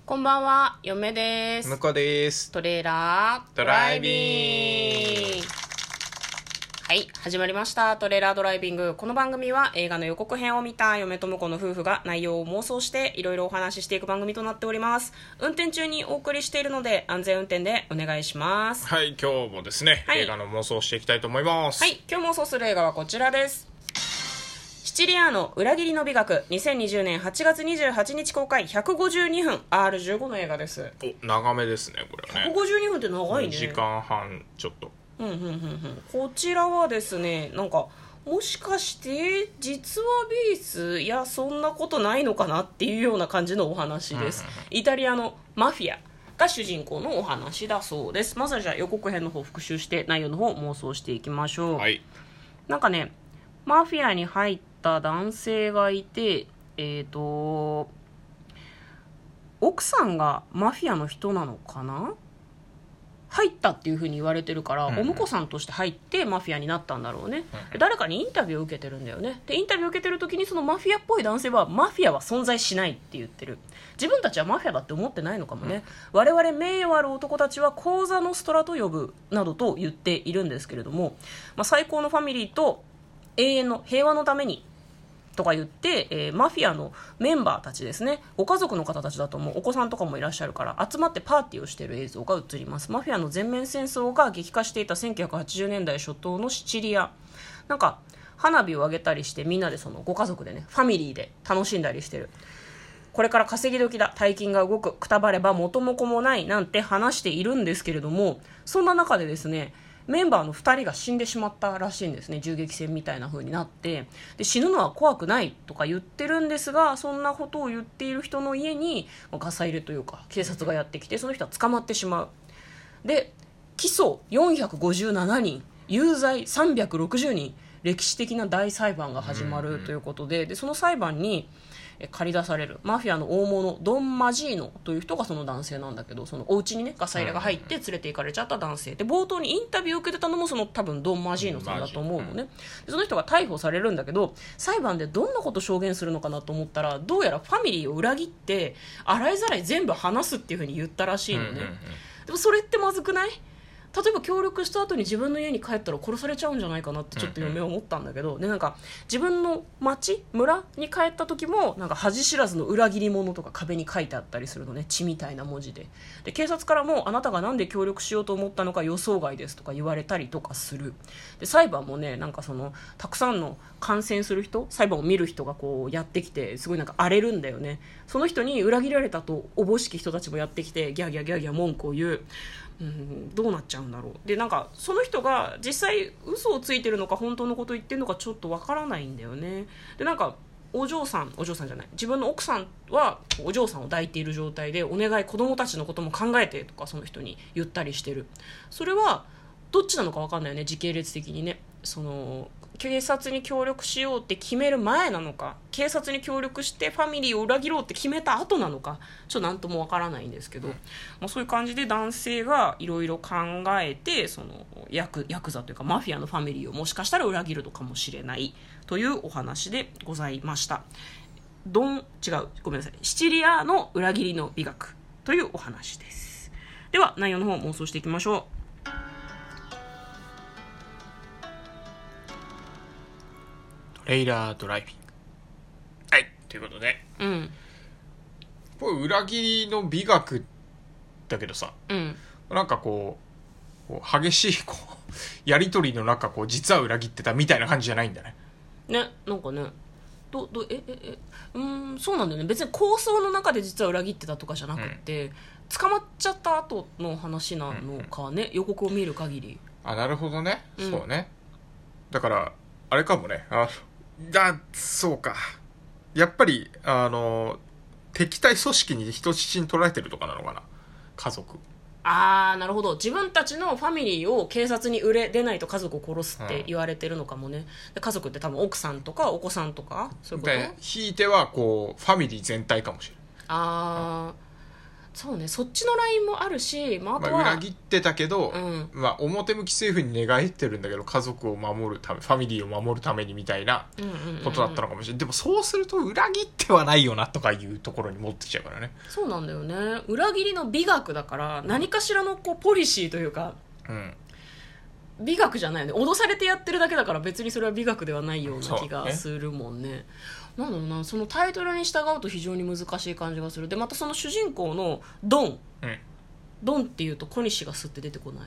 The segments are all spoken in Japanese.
こんばんは、嫁です。 向こうです。 トレーラードライビング。はい、始まりました。トレーラードライビング。この番組は映画の予告編を見た嫁と婿の夫婦が内容を妄想していろいろお話ししていく番組となっております。運転中にお送りしているので安全運転でお願いします。 はい、今日もですね、映画の妄想をしていきたいと思います。 はい、今日妄想する映画はこちらです。シチリアーノ裏切りの美学、2020年8月28日公開、152分 R15 の映画です。 お、長めですね、これはね。 152分って長いね。 2時間半ちょっと。 こちらはですね、なんかもしかして実話ベース、いやそんなことないのかなっていうような感じのお話です。イタリアのマフィアが主人公のお話だそうです。まずはじゃあ予告編の方復習して内容の方妄想していきましょう。 はい。 なんかね、マフィアに入った男性がいて、奥さんがマフィアの人なのかな、入ったっていう風に言われてるから、お婿さんとして入ってマフィアになったんだろうね。で誰かにインタビューを受けてるんだよね。でインタビューを受けてる時にそのマフィアっぽい男性はマフィアは存在しないって言ってる。自分たちはマフィアだって思ってないのかもね。我々名誉ある男たちはコーザノストラと呼ぶなどと言っているんですけれども、最高のファミリーと永遠の平和のためにとか言って、マフィアのメンバーたちですね、ご家族の方たちだと思う、お子さんとかもいらっしゃるから集まってパーティーをしている映像が映ります。マフィアの全面戦争が激化していた1980年代初頭のシチリア、なんか花火を上げたりしてみんなでそのご家族でね、ファミリーで楽しんだりしてる。これから稼ぎ時だ、大金が動く、くたばれば元も子もないなんて話しているんですけれども、そんな中でですね、メンバーの2人が死んでしまったらしいんですね。銃撃戦みたいな風になって、で死ぬのは怖くないとか言ってるんですが、そんなことを言っている人の家にガサ入れというか警察がやってきて、その人は捕まってしまう。で起訴457人、有罪360人、歴史的な大裁判が始まるということで、その裁判に借り出されるマフィアの大物ドン・マジーノという人がその男性なんだけど、そのお家にねガサ入れが入って連れて行かれちゃった男性で、冒頭にインタビューを受けてたのもその多分ドン・マジーノさんだと思うのね。でその人が逮捕されるんだけど、裁判でどんなこと証言するのかなと思ったら、どうやらファミリーを裏切って洗いざらい全部話すっていう風に言ったらしいのね。でもそれってまずくない？例えば協力した後に自分の家に帰ったら殺されちゃうんじゃないかなってちょっと嫁は思ったんだけど、でなんか自分の町村に帰った時もなんか恥知らずの裏切り者とか壁に書いてあったりするのね、血みたいな文字で。で警察からもあなたがなんで協力しようと思ったのか予想外ですとか言われたりとかする。で裁判もね、なんかそのたくさんの観戦する人、裁判を見る人がこうやってきて、すごいなんか荒れるんだよね。その人に裏切られたとおぼしき人たちもやってきてギャーギャーギャーギャー文句を言う。どうなっちゃうんだろう。でなんかその人が実際嘘をついてるのか本当のことを言ってるのかちょっとわからないんだよね。でなんかお嬢さんじゃない、自分の奥さんはお嬢さんを抱いている状態で、お願い子供たちのことも考えてとかその人に言ったりしてる。それはどっちなのか分かんないよね、時系列的にね。その警察に協力しようって決める前なのか、警察に協力してファミリーを裏切ろうって決めた後なのか、ちょっと何とも分からないんですけど、そういう感じで男性がいろいろ考えて、そのヤクザというかマフィアのファミリーをもしかしたら裏切るのかもしれないというお話でございました。ごめんなさい、シチリアの裏切りの美学というお話です。では内容の方妄想していきましょう。 トレイラードライビング。はい、ということで、これ裏切りの美学だけどさ、なんかこう激しいやり取りの中実は裏切ってたみたいな感じじゃないんだね。 ね、なんかね、そうなんだよね。別に構想の中で実は裏切ってたとかじゃなくて、捕まっちゃった後の話なのかね、予告を見る限り。 あ、なるほどね、そうね。だからあれかもね、そうか、やっぱり敵対組織に人質に取られてるとかなのかな、家族。 なるほど。自分たちのファミリーを警察に出ないと家族を殺すって言われてるのかもね。で家族って多分奥さんとかお子さんとかそういうことで、ひいてはファミリー全体かもしれない。 そうね、そっちのラインもあるし、あとは、 裏切ってたけど、表向き政府に寝返ってるんだけど家族を守るためファミリーを守るためにみたいなことだったのかもしれない、でもそうすると裏切ってはないよなとかいうところに持ってきちゃうからね。 そうなんだよね、裏切りの美学だから何かしらのポリシーというか、美学じゃないよね、脅されてやってるだけだから別にそれは美学ではないような気がするもんね。なんだろうな、そのタイトルに従うと非常に難しい感じがする。でまたその主人公のドン、ドンっていうと小西がスって出てこない？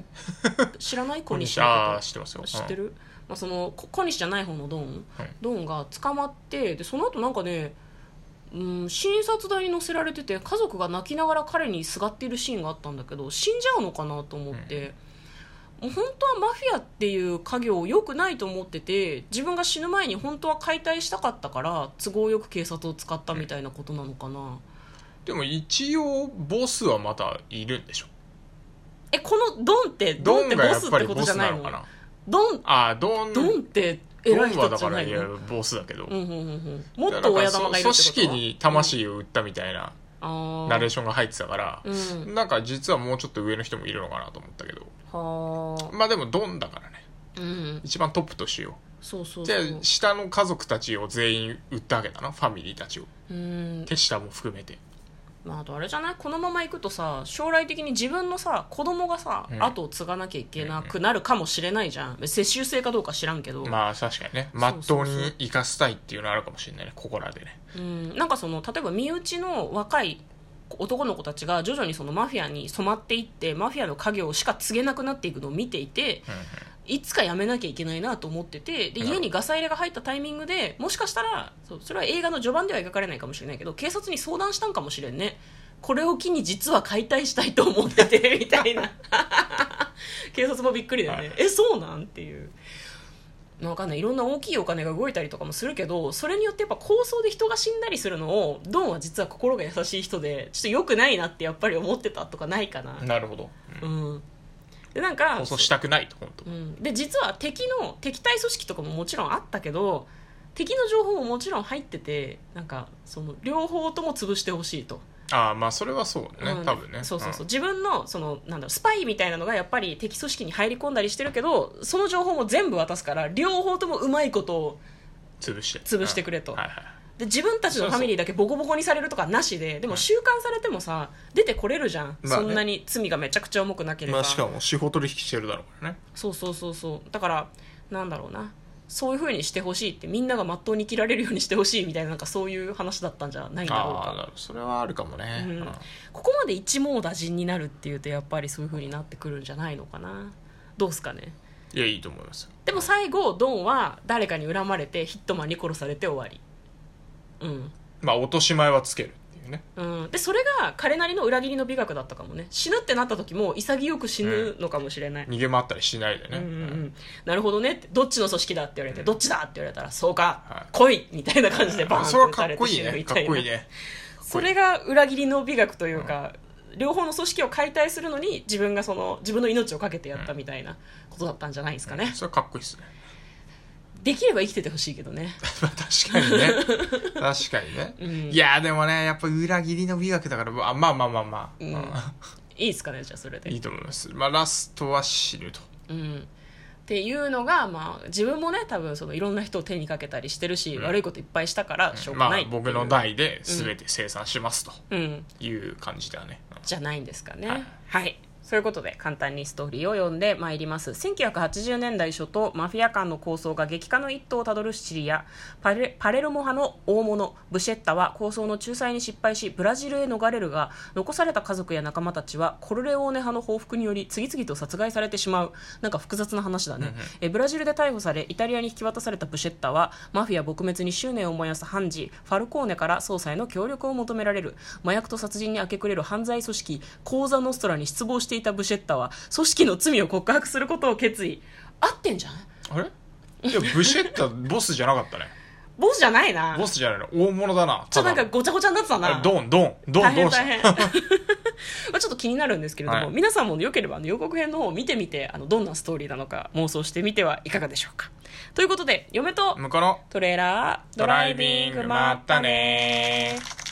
知らない？小西のこと。 知ってますよ。 知ってる？その小西じゃない方のドン、ドンが捕まって、でその後なんかね、診察台に乗せられてて家族が泣きながら彼にすがっているシーンがあったんだけど、死んじゃうのかなと思って、もう本当はマフィアっていう家業良くないと思ってて、自分が死ぬ前に本当は解体したかったから都合よく警察を使ったみたいなことなのかな。 でも一応ボスはまたいるんでしょ。 このドンってボスってことじゃないの？ドンって偉い人じゃないの？ ドンはだからボスだけど、 もっと親玉がいるってこと？ 組織に魂を売ったみたいなナレーションが入ってたから、なんか実はもうちょっと上の人もいるのかなと思ったけど、まあでもドンだからね、一番トップとしよう。で下の家族たちを全員売ったわけだな、ファミリーたちを、手下も含めて。 あとあれじゃない、このままいくとさ、将来的に自分のさ子供がさ、後を継がなきゃいけなくなるかもしれないじゃん。世襲制かどうか知らんけど、 まあ確かにね、まっとうに生かしたいっていうのはあるかもしれないね、ここらでね。 なんかその例えば身内の若い男の子たちが徐々にそのマフィアに染まっていってマフィアの家業しか継げなくなっていくのを見ていて、いつかやめなきゃいけないなと思ってて、で家にガサ入れが入ったタイミングでもしかしたらそれは映画の序盤では描かれないかもしれないけど、警察に相談したんかもしれんね。これを機に実は解体したいと思っててみたいな警察もびっくりだよね、そうなんっていう。わかんない、いろんな大きいお金が動いたりとかもするけど、それによってやっぱ抗争で人が死んだりするのをドンは実は心が優しい人でちょっと良くないなってやっぱり思ってたとかないかな。 なるほど、 でなんか抗争したくないと本当、 で実は敵対組織とかももちろんあったけど、敵の情報ももちろん入ってて、なんかその両方とも潰してほしいと。 まあそれはそうね、多分ね。 そう自分のスパイみたいなのがやっぱり敵組織に入り込んだりしてるけど、その情報も全部渡すから両方ともうまいことを潰してくれと、で自分たちのファミリーだけボコボコにされるとかなしで、でも収監されてもさ出てこれるじゃん、そんなに罪がめちゃくちゃ重くなければ。 しかも司法取引してるだろうからね。 そうだからなんだろうな、そういう風にしてほしいって、みんながまっとうに生きられるようにしてほしいみたいな、なんかそういう話だったんじゃないんだろうか。 それはあるかもね、 ここまで一網打尽になるっていうとやっぱりそういう風になってくるんじゃないのかな。どうすかね。 いや、いいと思います。 でも最後ドンは誰かに恨まれてヒットマンに殺されて終わり。 まあ落とし前はつけるっていうね、 でそれが彼なりの裏切りの美学だったかもね。死ぬってなった時も潔く死ぬのかもしれない、 逃げ回ったりしないでね、 なるほどねって、どっちの組織だって言われて、どっちだって言われたらそうか、来いみたいな感じでバーンと撃たれて死ぬみたいな、それが裏切りの美学というか、両方の組織を解体するのに自分が自分の命をかけてやったみたいなことだったんじゃないですかね、 それはかっこいいですね。 できれば生きててほしいけどね確かにね確かにね、いやでもねやっぱ裏切りの美学だから、まあ、いいですかね。じゃあそれでいいと思います。ラストは死ぬと、 っていうのが、自分もね多分いろんな人を手にかけたりしてるし、悪いこといっぱいしたからしょうがないっていう、 僕の代で全て清算しますという感じだね、 じゃないんですかね。はいそういうことで簡単にストーリーを読んでまいります。1980年代初頭、マフィア間の抗争が激化の一途をたどるシチリア。パレルモ派の大物ブシェッタは抗争の仲裁に失敗しブラジルへ逃れるが、残された家族や仲間たちはコルレオーネ派の報復により次々と殺害されてしまう。なんか複雑な話だね、ブラジルで逮捕されイタリアに引き渡されたブシェッタはマフィア撲滅に執念を燃やす判事ファルコーネから捜査への協力を求められる。麻薬と殺人に明け暮れる犯罪組織コーザノストラに失望していたブシェッタは組織の罪を告白することを決意。合ってんじゃん。 あれいやブシェッタボスじゃなかったねボスじゃないな。 ボスじゃないの、大物だな。 なんかごちゃごちゃになってたな。 ドン大変大変ちょっと気になるんですけれども、皆さんもよければ予告編の方を見てみて、どんなストーリーなのか妄想してみてはいかがでしょうか。ということで嫁と向こうのトレーラードライビング、まったねー。